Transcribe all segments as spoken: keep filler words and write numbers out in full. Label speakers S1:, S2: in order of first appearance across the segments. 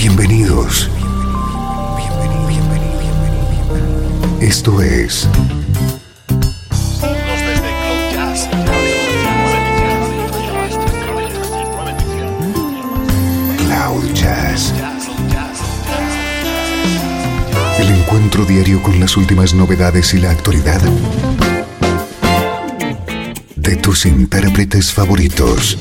S1: Bienvenidos. Esto es Cloud Jazz. El encuentro diario con las últimas novedades y la actualidad de tus intérpretes favoritos.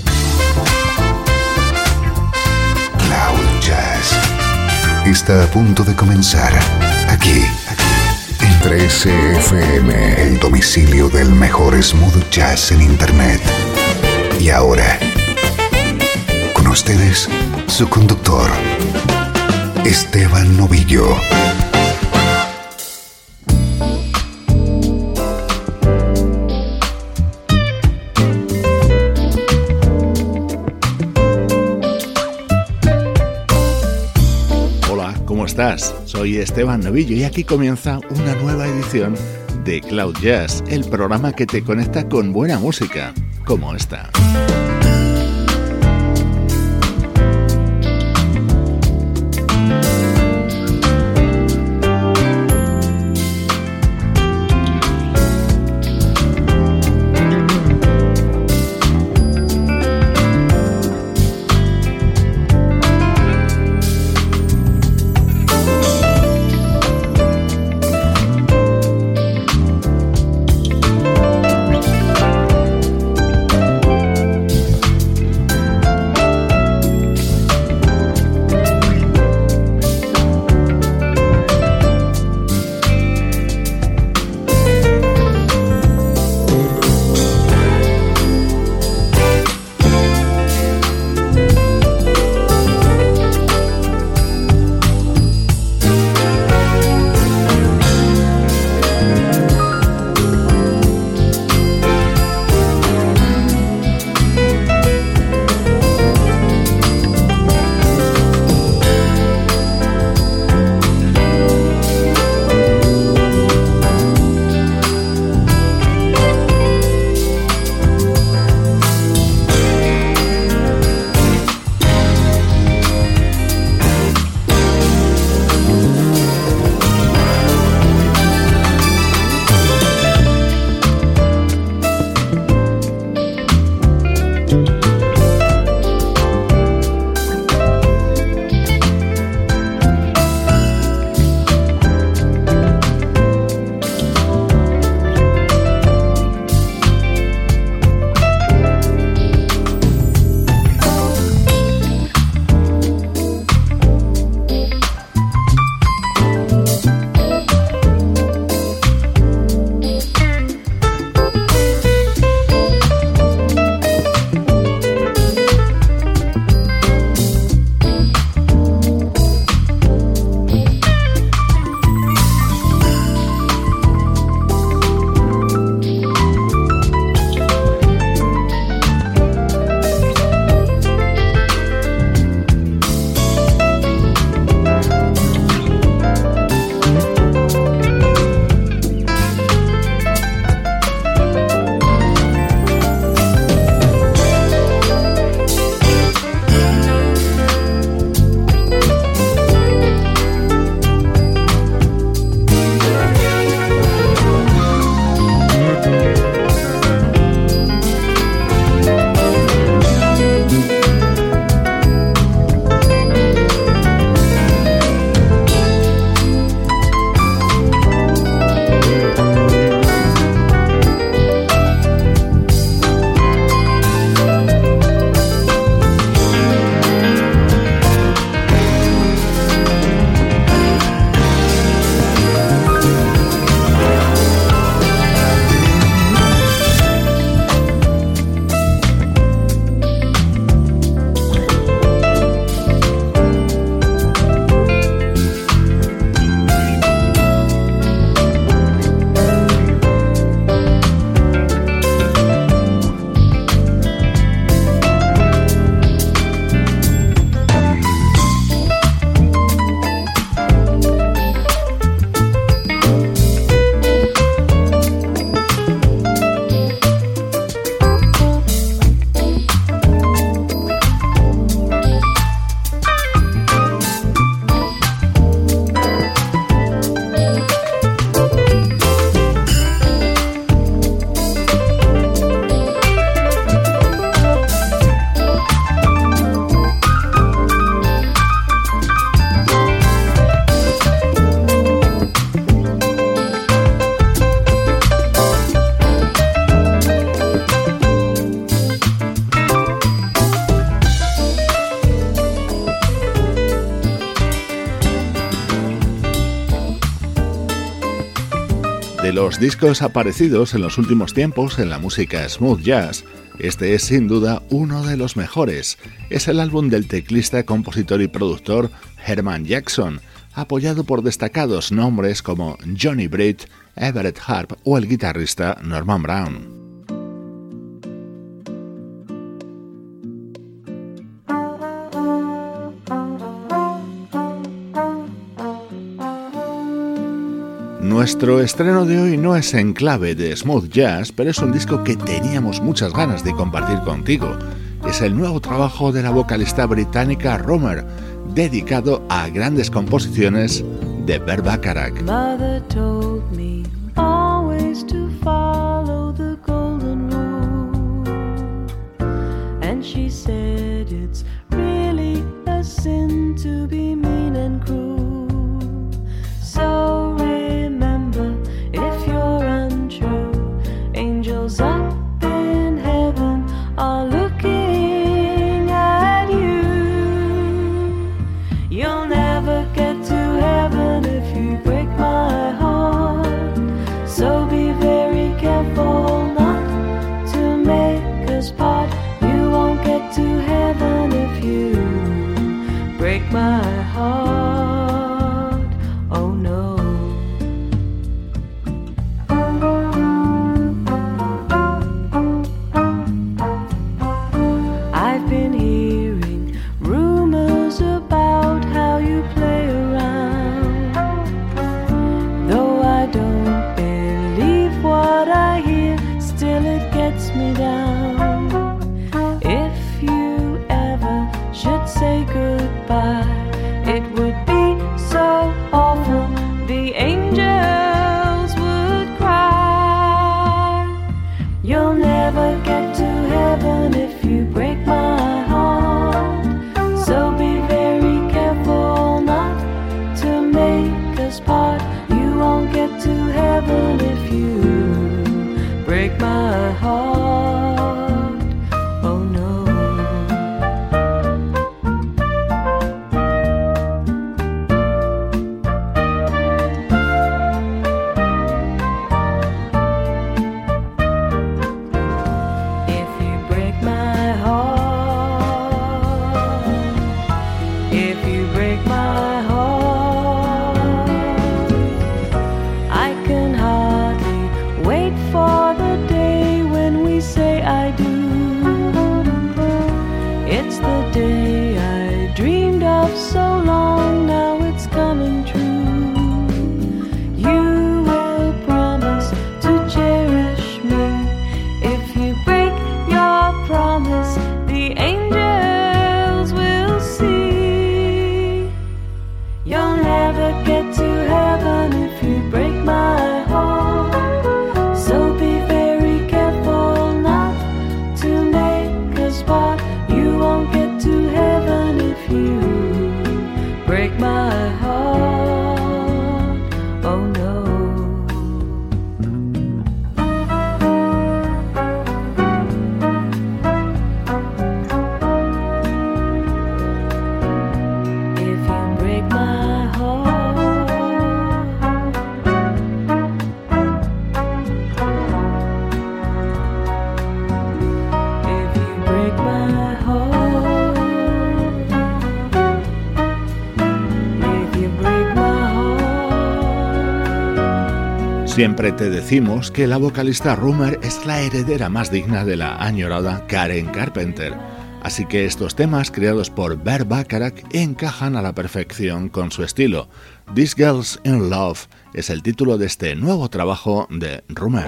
S1: Cloud Jazz está a punto de comenzar aquí, en trece F M, el domicilio del mejor smooth jazz en internet. Y ahora, con ustedes, su conductor, Esteban Novillo.
S2: ¿Cómo estás? Soy Esteban Novillo y aquí comienza una nueva edición de Cloud Jazz, el programa que te conecta con buena música, como esta. De los discos aparecidos en los últimos tiempos en la música smooth jazz, este es sin duda uno de los mejores. Es el álbum del teclista, compositor y productor Herman Jackson, apoyado por destacados nombres como Johnny Britt, Everett Harp o el guitarrista Norman Brown. Nuestro estreno de hoy no es en clave de smooth jazz, pero es un disco que teníamos muchas ganas de compartir contigo. Es el nuevo trabajo de la vocalista británica Rumer, dedicado a grandes composiciones de Burt Bacharach.
S3: Mother told me always to follow the golden rule, and she said it's really a sin to be mean and cruel. So remember, if you're untrue, angels up in heaven are looking at you. You'll never get to heaven if you break my heart. So be very careful not to make us part. You won't get to heaven if you break my heart. Oh no. I've been hearing rumors about how you play around. Though I don't believe what I hear, still it gets me down. If you ever should say goodbye, it would be so awful, the angels would cry. You'll never get to heaven if you break my heart. So be very careful not to make us part. You won't get to heaven if you break my heart. Oh no. If you break my heart, if you break my heart, I can hardly wait for the day when we say I do. It's the day I dreamed of so long, now it's coming true. You will promise to cherish me. If you break your promise, the angels will see. You'll never get to heaven if you break my heart. So be very careful not to make us part. You won't get to heaven if you break my heart. Oh no. If you break my heart, if you break my heart, if you break my heart.
S2: Siempre te decimos que la vocalista Rumer es la heredera más digna de la añorada Karen Carpenter. Así que estos temas creados por Burt Bacharach encajan a la perfección con su estilo. This Girl's in Love es el título de este nuevo trabajo de Rumer.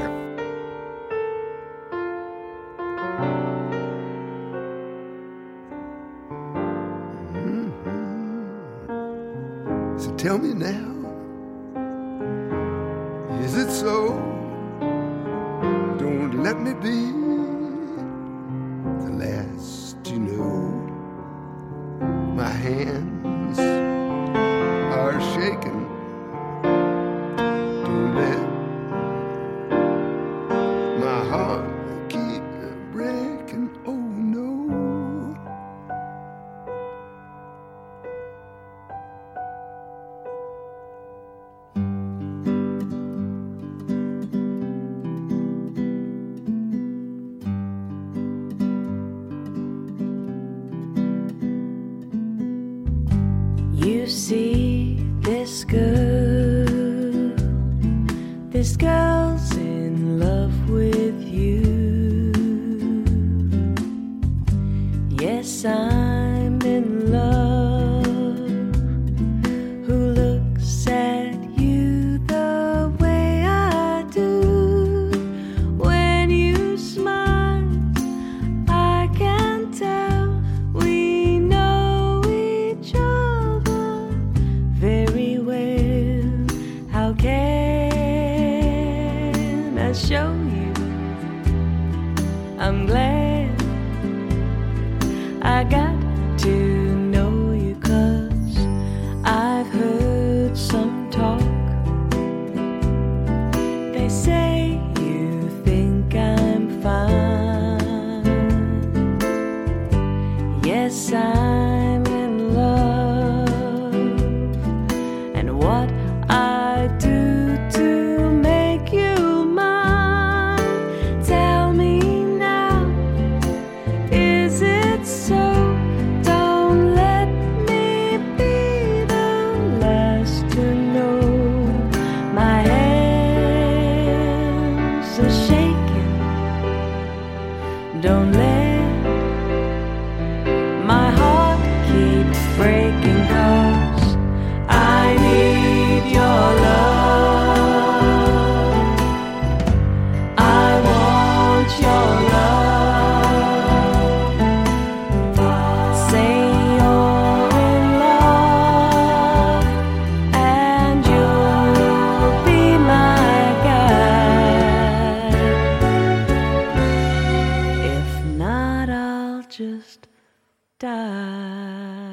S4: So tell me now, is it so? Don't let me be the last you know. My hands are shaking. Don't let my heart keep breaking. Oh no.
S3: You see this girl, this girl's in love with you. Yes, I'm in love. Who looks at you the way I do? When you smile, I can tell we know each other very well. How can I show you? I'm glad I got to know you, 'cause I've heard some talk. They say you think I'm fine. Yes, I'm in love. And what I do to make you mine, tell me now, is it so? Don't let me be the last to know. My hands are shaking. Don't let my heart keep breaking, 'cause I need your love. I want your love. Say you're in love, and you'll be my guide. If not, I'll just die.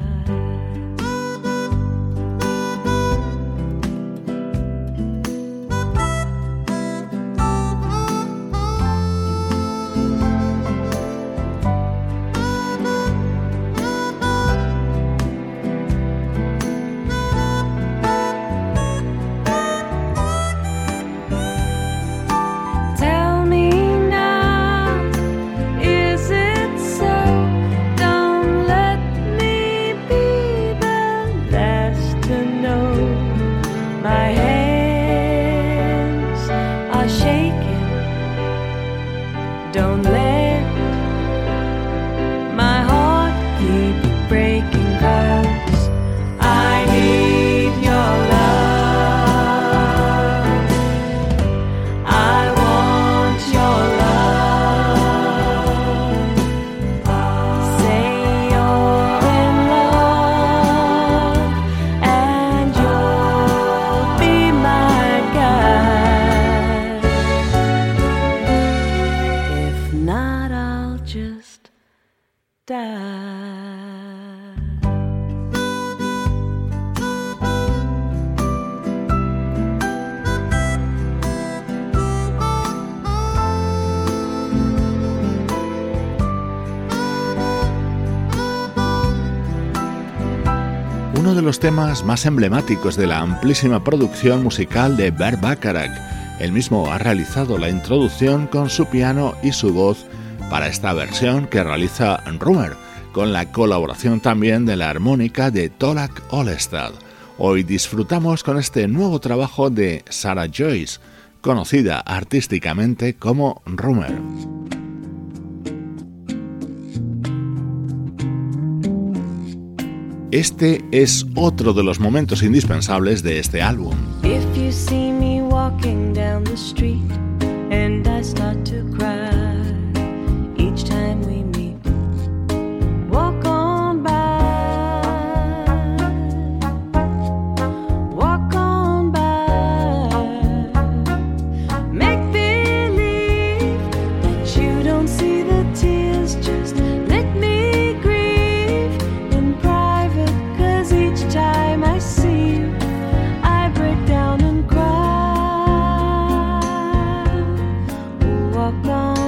S3: Tell me now, is it so? Don't let me be the last to know. My hands are shaking. Don't let my heart keep breaking, 'cause I need your love. I want your love. Say you're in love, and you'll be my guide. If not, I'll just die.
S2: Uno de los temas más emblemáticos de la amplísima producción musical de Burt Bacharach. Él mismo ha realizado la introducción con su piano y su voz para esta versión que realiza Rummer, con la colaboración también de la armónica de Tolak Olestad. Hoy disfrutamos con este nuevo trabajo de Sarah Joyce, conocida artísticamente como Rummer. Este es otro de los momentos indispensables de este álbum.
S3: If you see me walking down the street and I start to cry each time we meet, walk on by, walk on by, make believe that you don't see the tears, just let me grieve in private, 'cause each time I see you I break down and cry. Walk on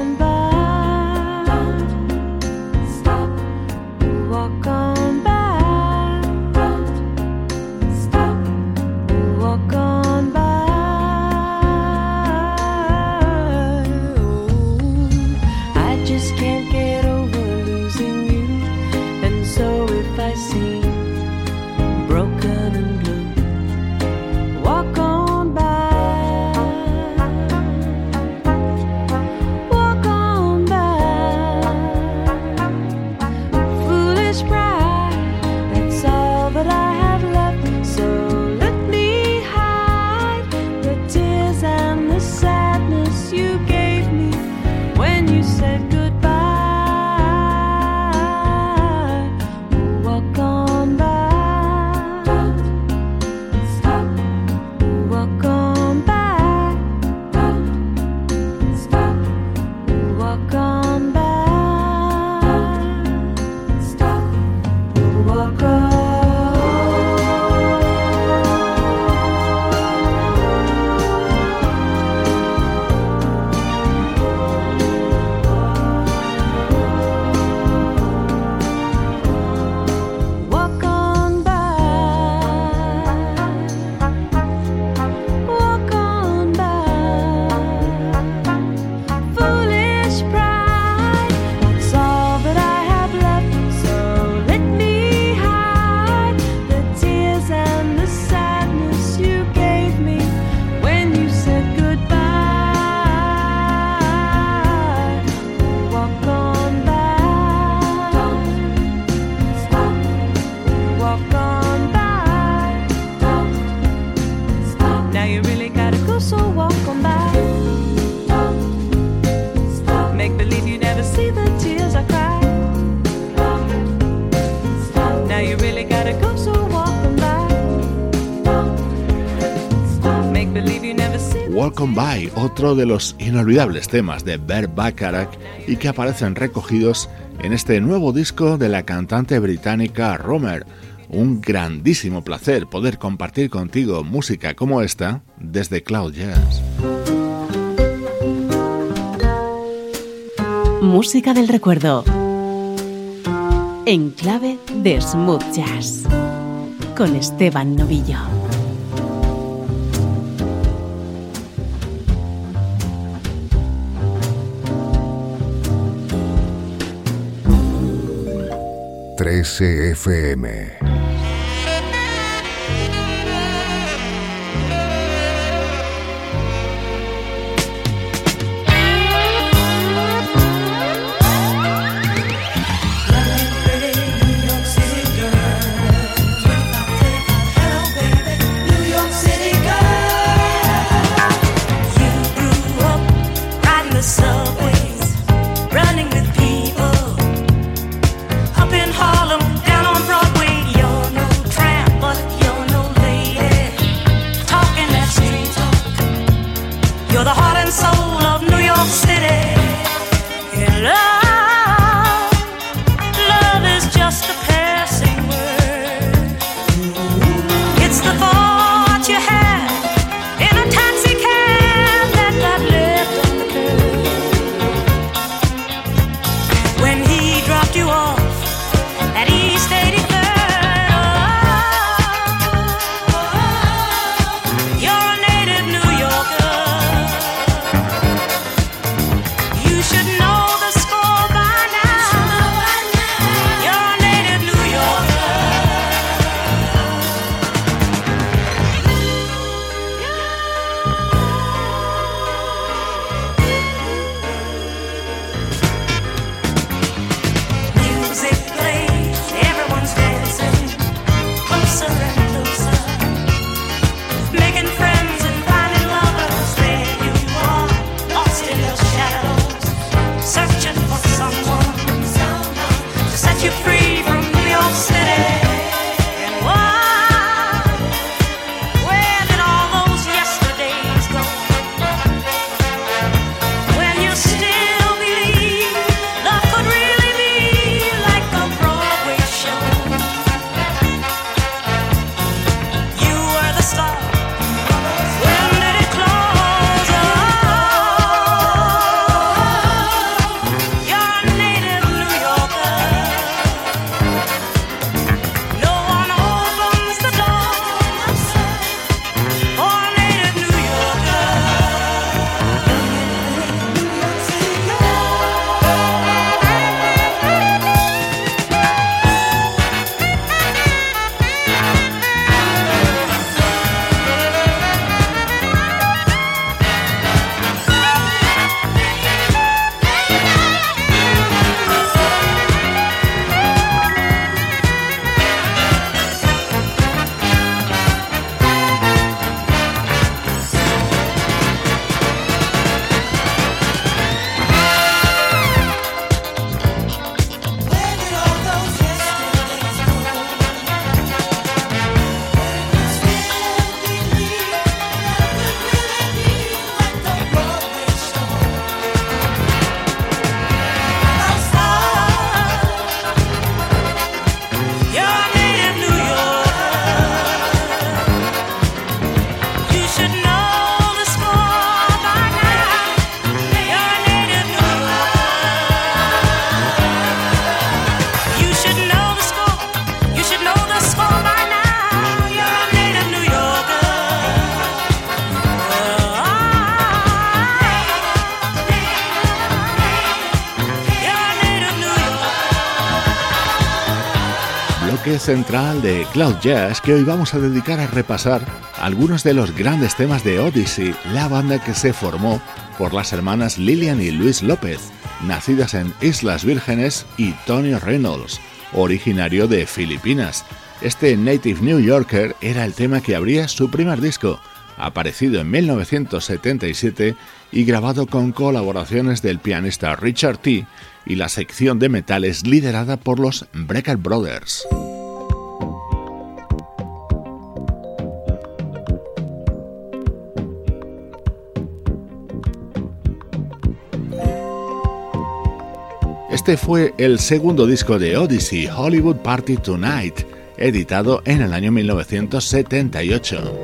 S2: Welcome By, otro de los inolvidables temas de Burt Bacharach y que aparecen recogidos en este nuevo disco de la cantante británica Romer. Un grandísimo placer poder compartir contigo música como esta desde Cloud Jazz.
S5: Música del recuerdo en clave de smooth jazz con Esteban Novillo.
S1: trece F M.
S6: Harlem, down on Broadway, you're
S2: bloque central de Cloud Jazz que hoy vamos a dedicar a repasar algunos de los grandes temas de Odyssey, la banda que se formó por las hermanas Lillian y Luis López, nacidas en Islas Vírgenes, y Tony Reynolds, originario de Filipinas. Este native New Yorker era el tema que abría su primer disco, aparecido en mil novecientos setenta y siete y grabado con colaboraciones del pianista Richard Tee y la sección de metales liderada por los Brecker Brothers. Este fue el segundo disco de Odyssey, Hollywood Party Tonight, editado en el año mil novecientos setenta y ocho.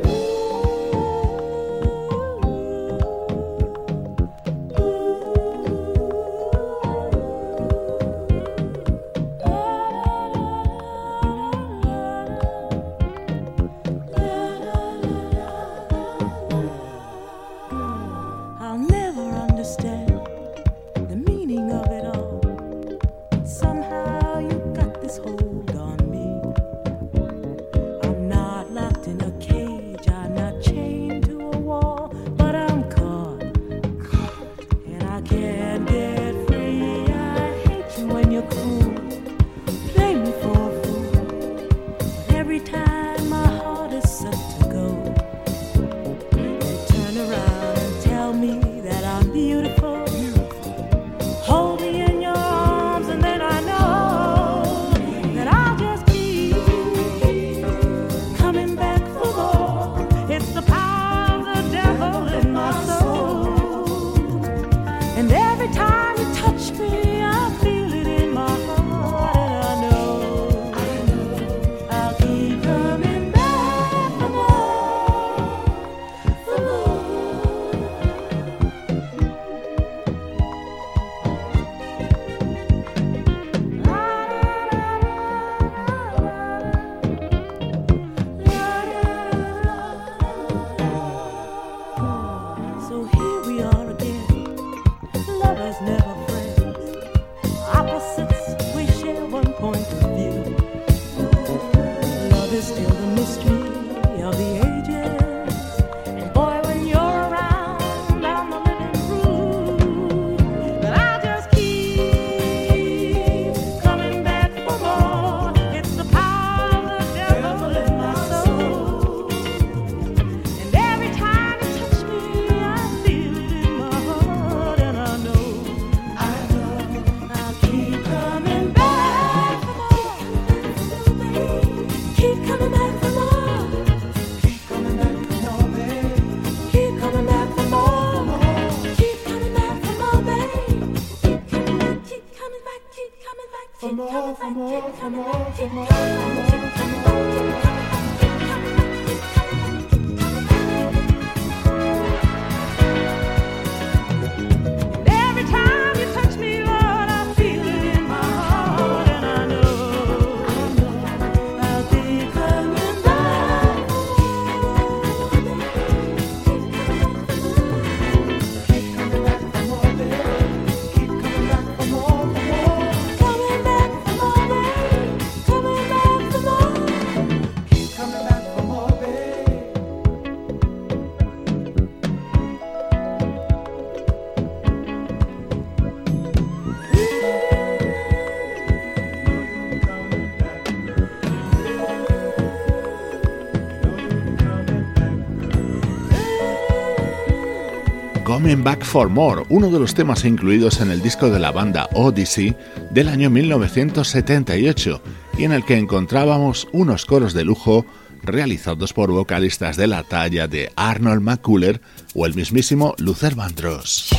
S2: Coming Back for More, uno de los temas incluidos en el disco de la banda Odyssey del año mil novecientos setenta y ocho, y en el que encontrábamos unos coros de lujo realizados por vocalistas de la talla de Arnold McCuller o el mismísimo Luther Vandross.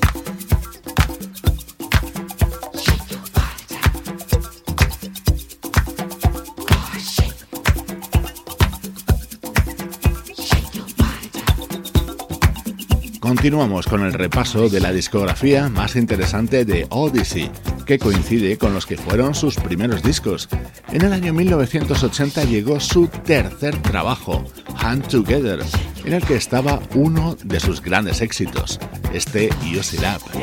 S2: Continuamos con el repaso de la discografía más interesante de Odyssey, que coincide con los que fueron sus primeros discos. En el año mil novecientos ochenta llegó su tercer trabajo, Hand Together, en el que estaba uno de sus grandes éxitos, este Use It Up.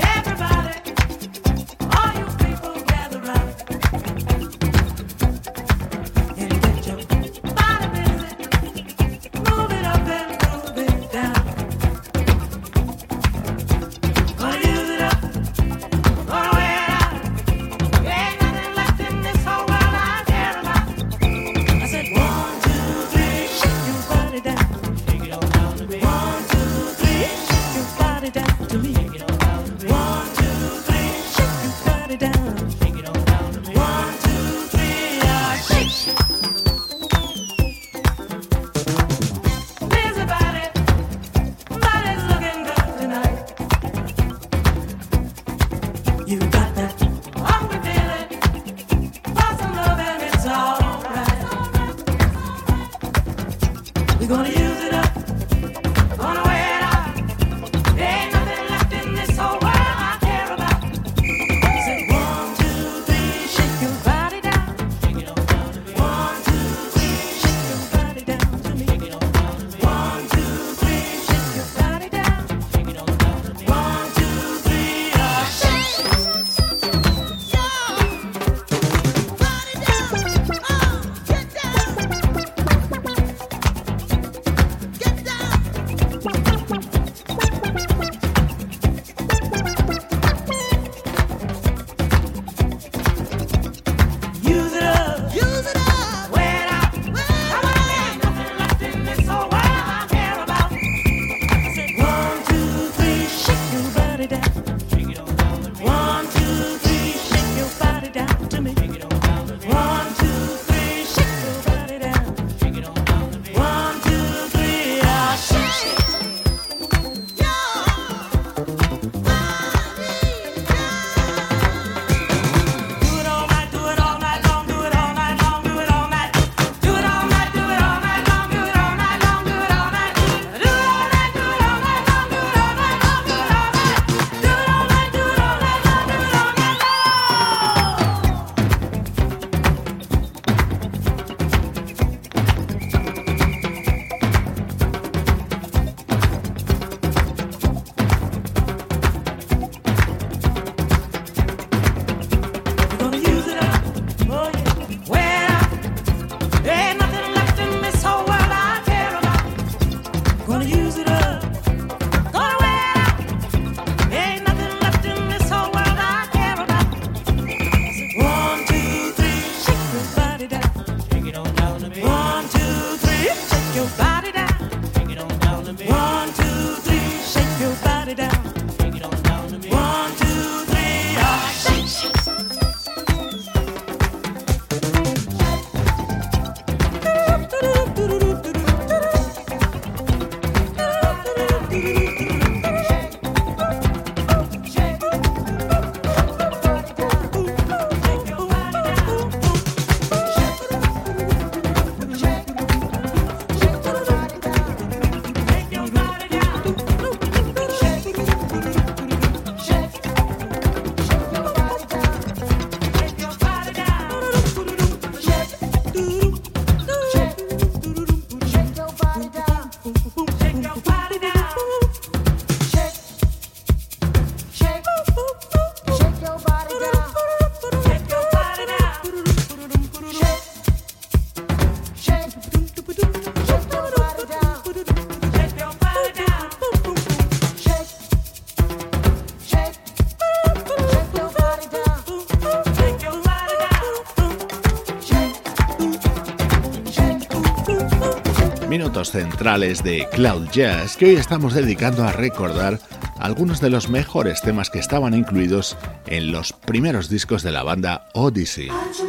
S2: Minutos centrales de Cloud Jazz que hoy estamos dedicando a recordar algunos de los mejores temas que estaban incluidos en los primeros discos de la banda Odyssey.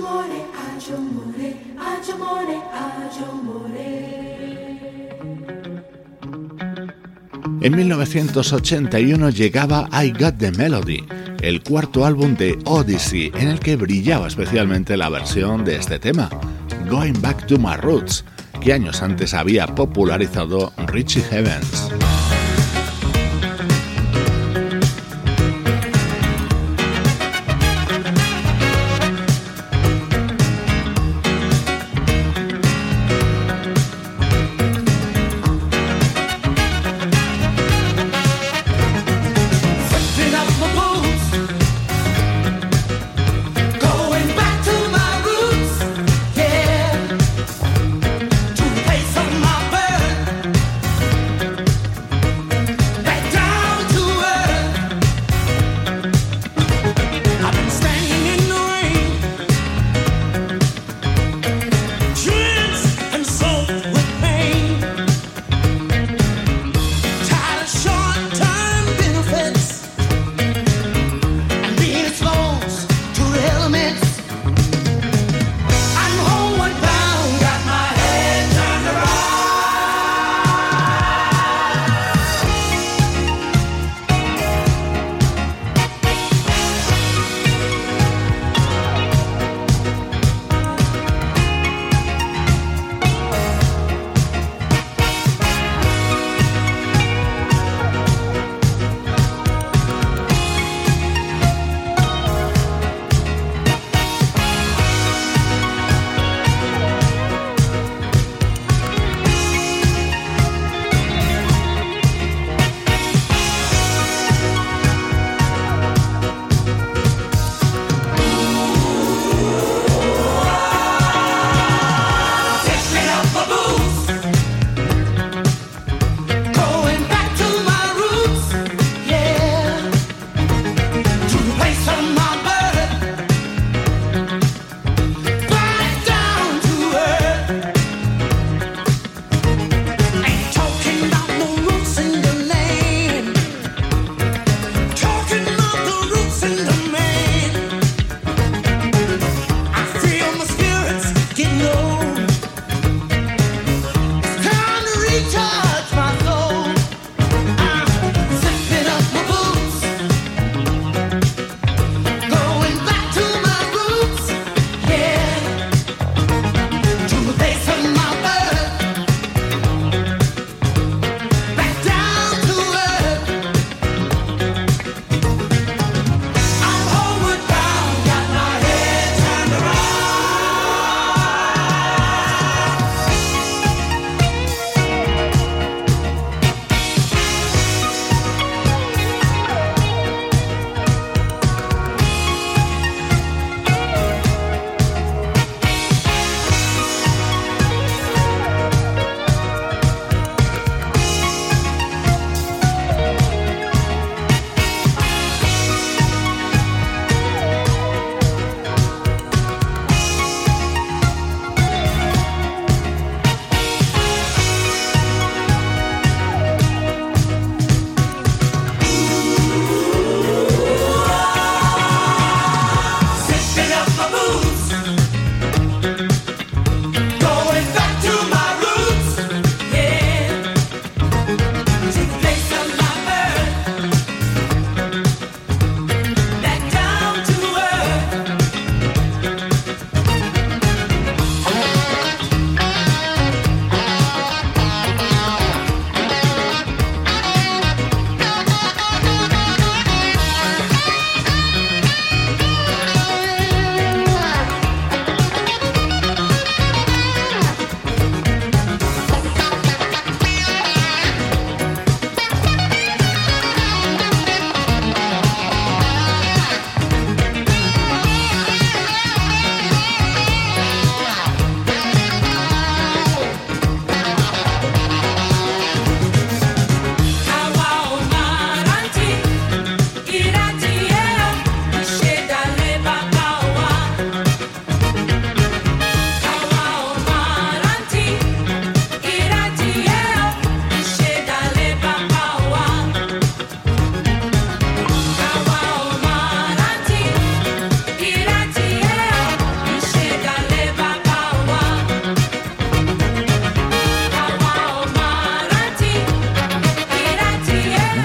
S2: En mil novecientos ochenta y uno llegaba I Got the Melody, el cuarto álbum de Odyssey, en el que brillaba especialmente la versión de este tema, Going Back to My Roots, que años antes había popularizado Richie Havens.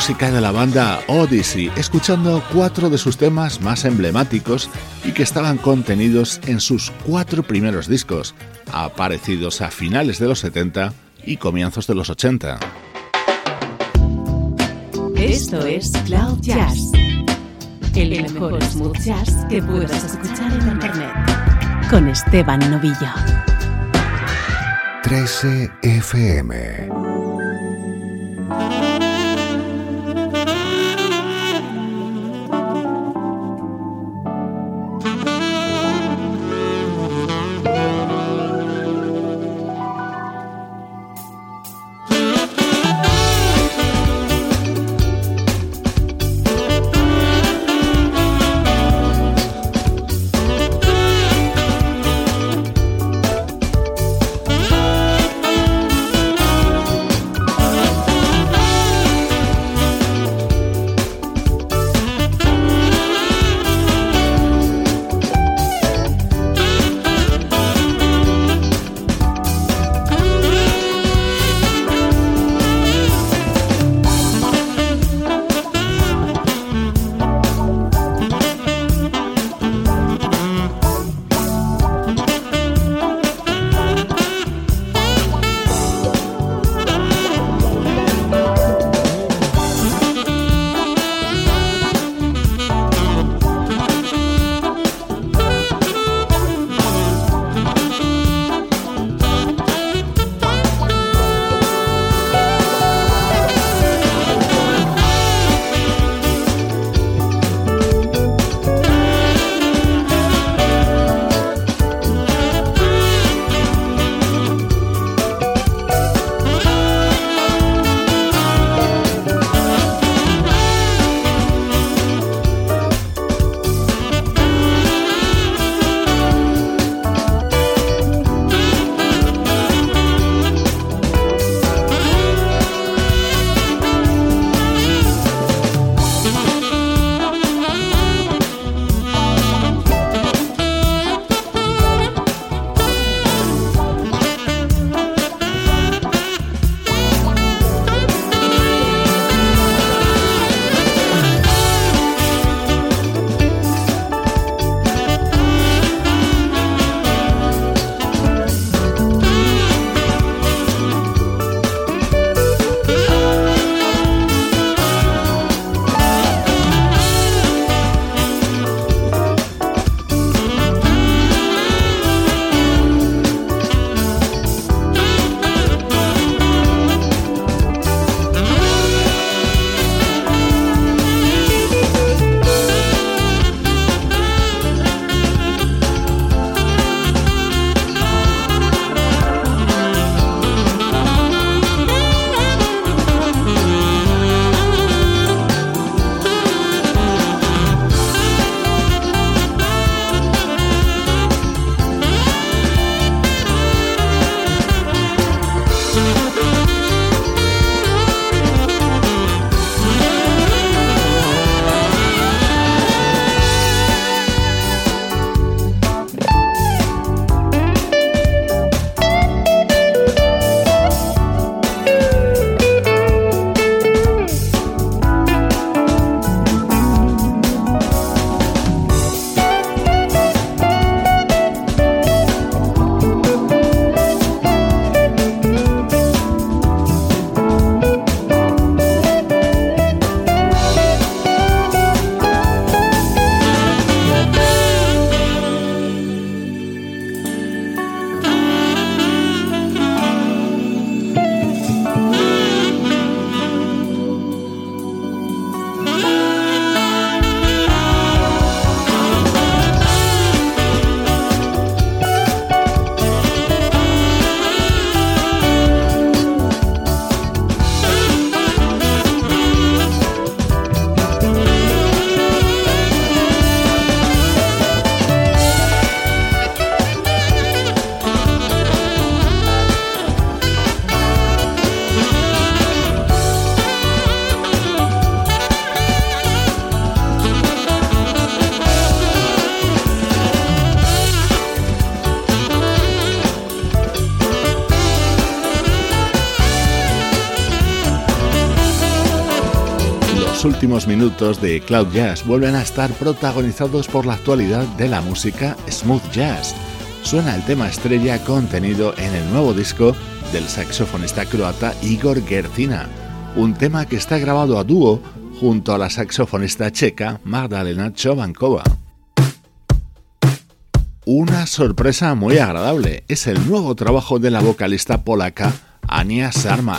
S2: música de la banda Odyssey, escuchando cuatro de sus temas más emblemáticos y que estaban contenidos en sus cuatro primeros discos, aparecidos a finales de los setenta y comienzos de los ochenta.
S5: Esto es Cloud Jazz, el mejor smooth jazz que puedas escuchar en Internet, con Esteban Novillo.
S1: trece F M.
S2: últimos minutos de Cloud Jazz vuelven a estar protagonizados por la actualidad de la música smooth jazz. Suena el tema estrella contenido en el nuevo disco del saxofonista croata Igor Gercina, un tema que está grabado a dúo junto a la saxofonista checa Magdalena Chovancova. Una sorpresa muy agradable es el nuevo trabajo de la vocalista polaca Ania Sarmak.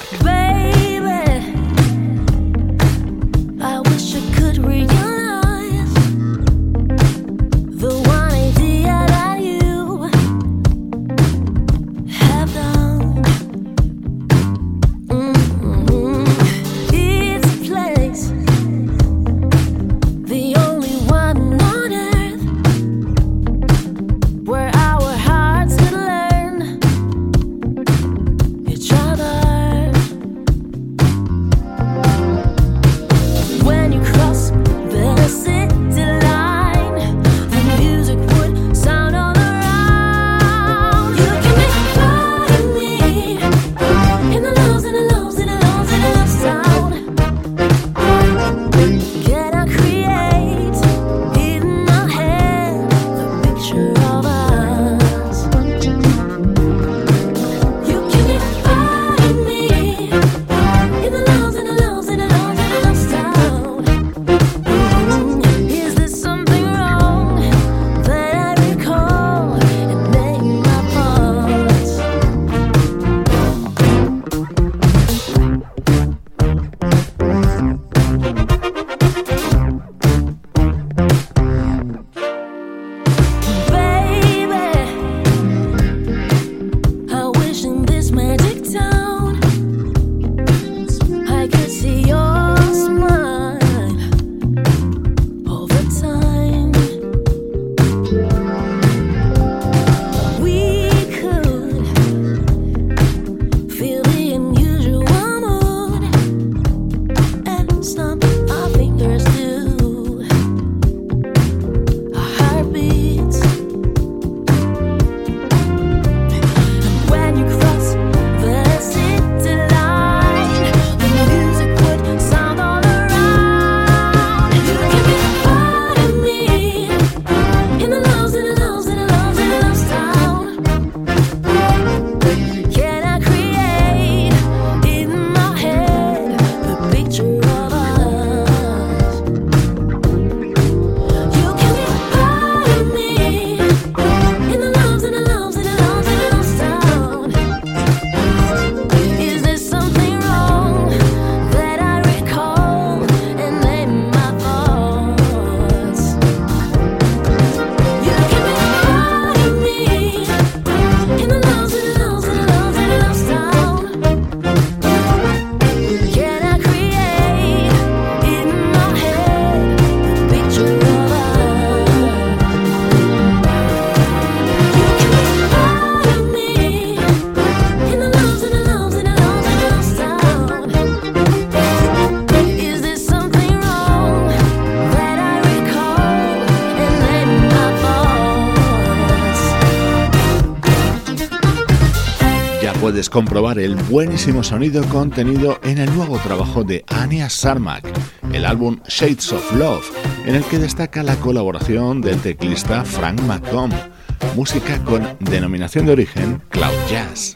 S2: Puedes comprobar el buenísimo sonido contenido en el nuevo trabajo de Ania Sarmak, el álbum Shades of Love, en el que destaca la colaboración del teclista Frank McComb, música con denominación de origen Cloud Jazz.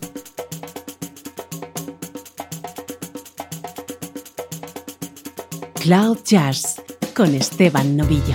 S5: Cloud Jazz con Esteban Novillo.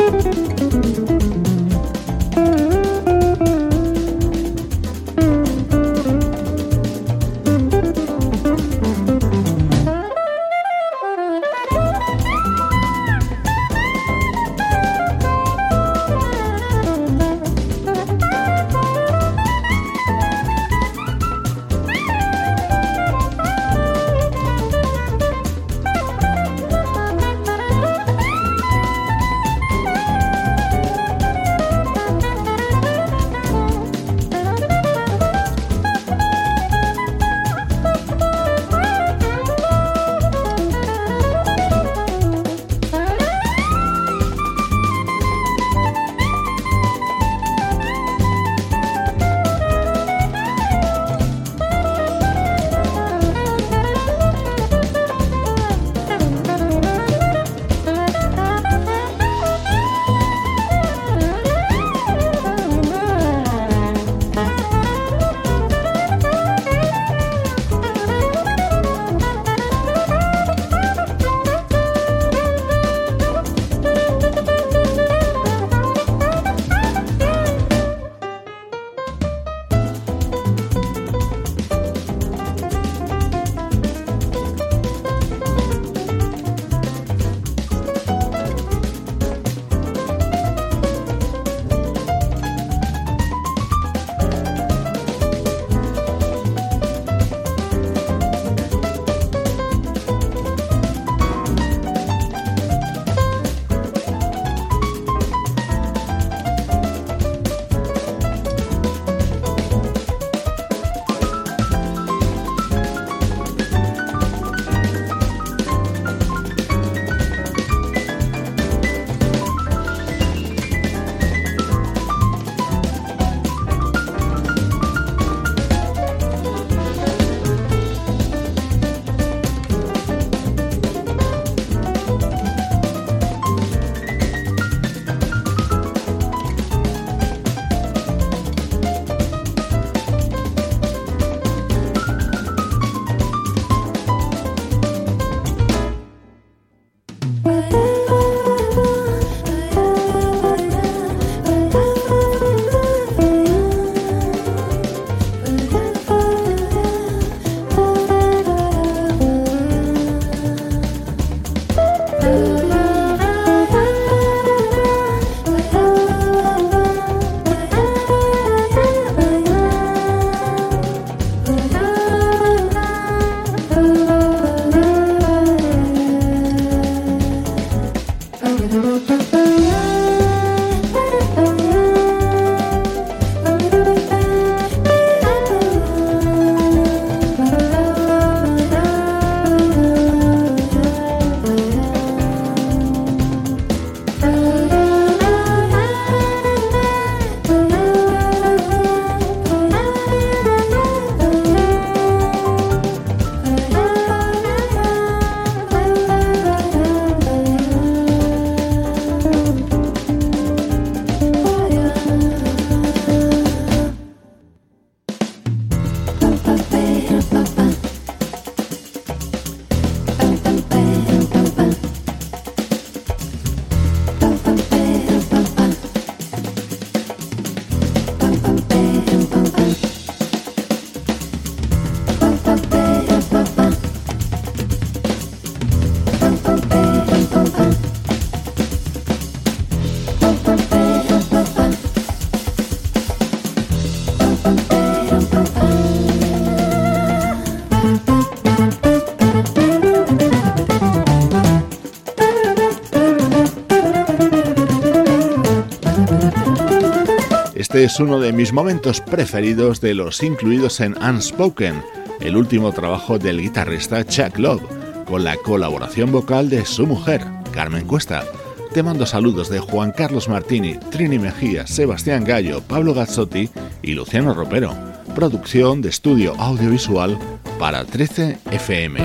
S2: Este es uno de mis momentos preferidos de los incluidos en Unspoken, el último trabajo del guitarrista Chuck Love, con la colaboración vocal de su mujer, Carmen Cuesta. Te mando saludos de Juan Carlos Martini, Trini Mejía, Sebastián Gallo, Pablo Gazzotti y Luciano Ropero. Producción de estudio audiovisual para trece F M.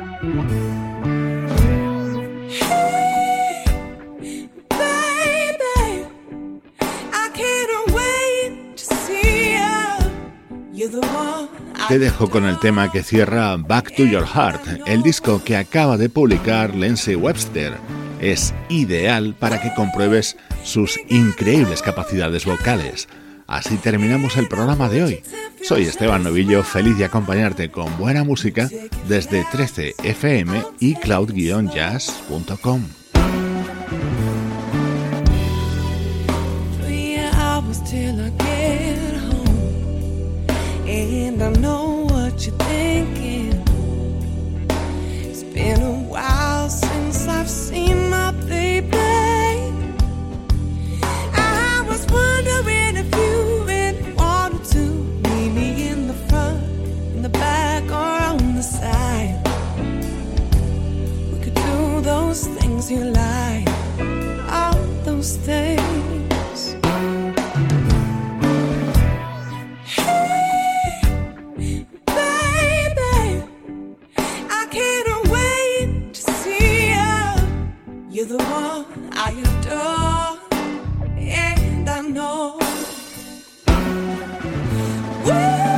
S2: Te dejo con el tema que cierra Back to Your Heart, el disco que acaba de publicar Lindsay Webster. es ideal para que compruebes sus increíbles capacidades vocales. Así terminamos el programa de hoy. Soy Esteban Novillo, feliz de acompañarte con buena música desde trece F M y cloud guion jazz punto com.
S3: Till I get home, and I know what you're thinking. It's been a while since I've seen my baby. I was wondering if you really wanted to meet me in the front, in the back, or on the side. We could do those things you like, all those things. You're the one I adore, and I know we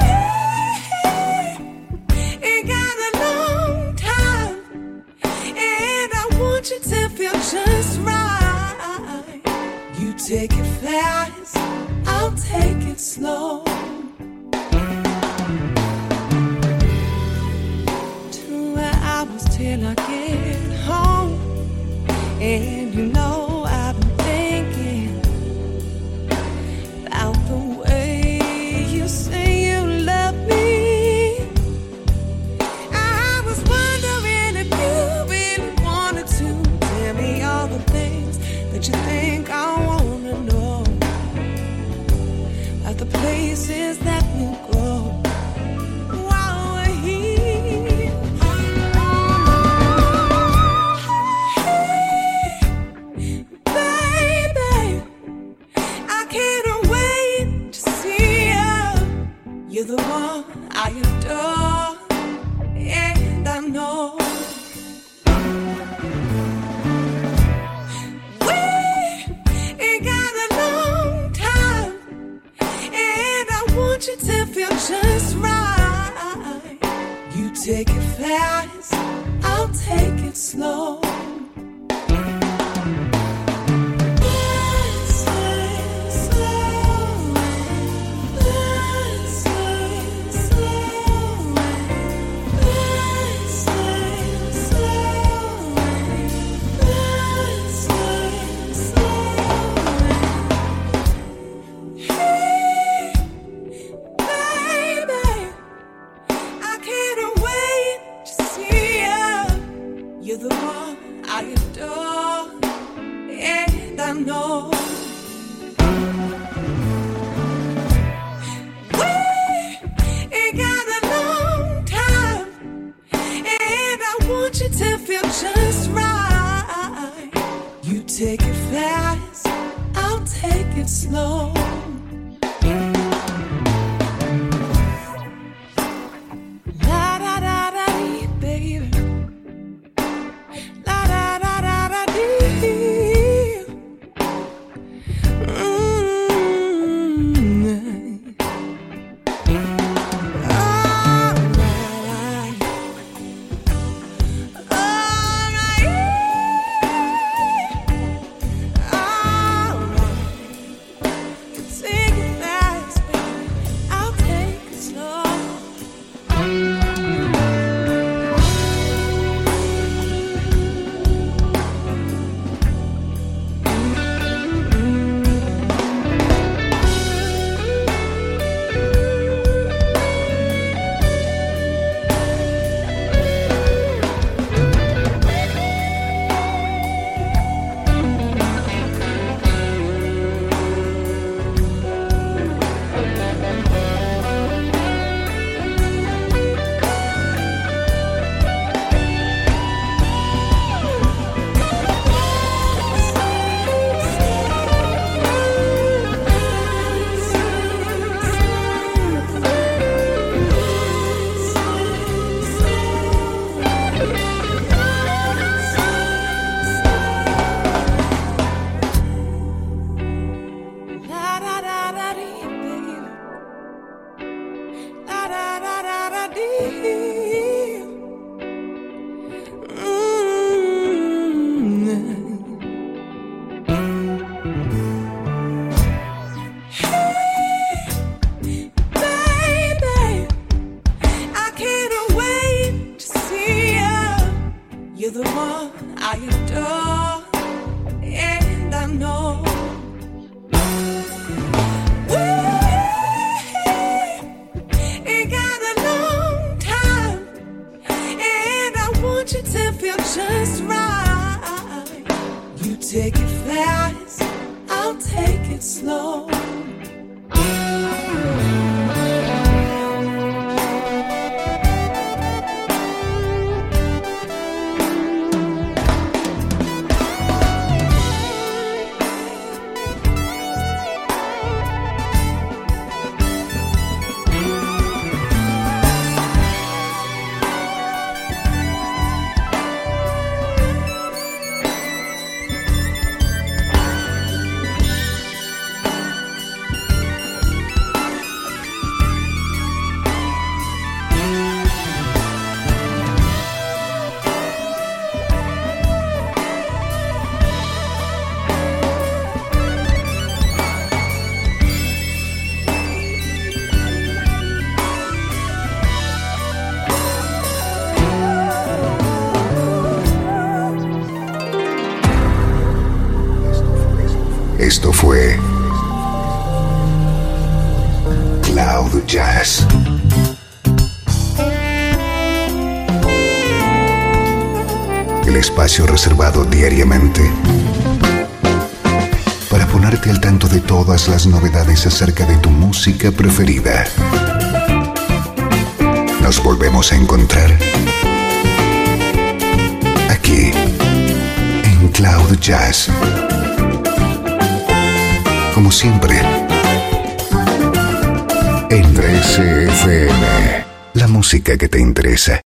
S3: ain't got a long time, and I want you to feel just right. You take it fast, I'll take it slow. Two hours till I get home. And you know I've been thinking about the way you say you love me. I was wondering if you really wanted to tell me all the things that you think I wanna know, about the places that we'll go while we're here. You're the one I adore, and I know we ain't got a long time, and I want you to feel just right. You take it fast, I'll take it slow. Take it fast, I'll take it slow. La da da da dee, baby. La da da da da dee. Mm-hmm. All right, all right. it slow.
S1: Esto fue Cloud Jazz. El espacio reservado diariamente para ponerte al tanto de todas las novedades acerca de tu música preferida. Nos volvemos a encontrar aquí en Cloud Jazz. Como siempre, en tres F M, la música que te interesa.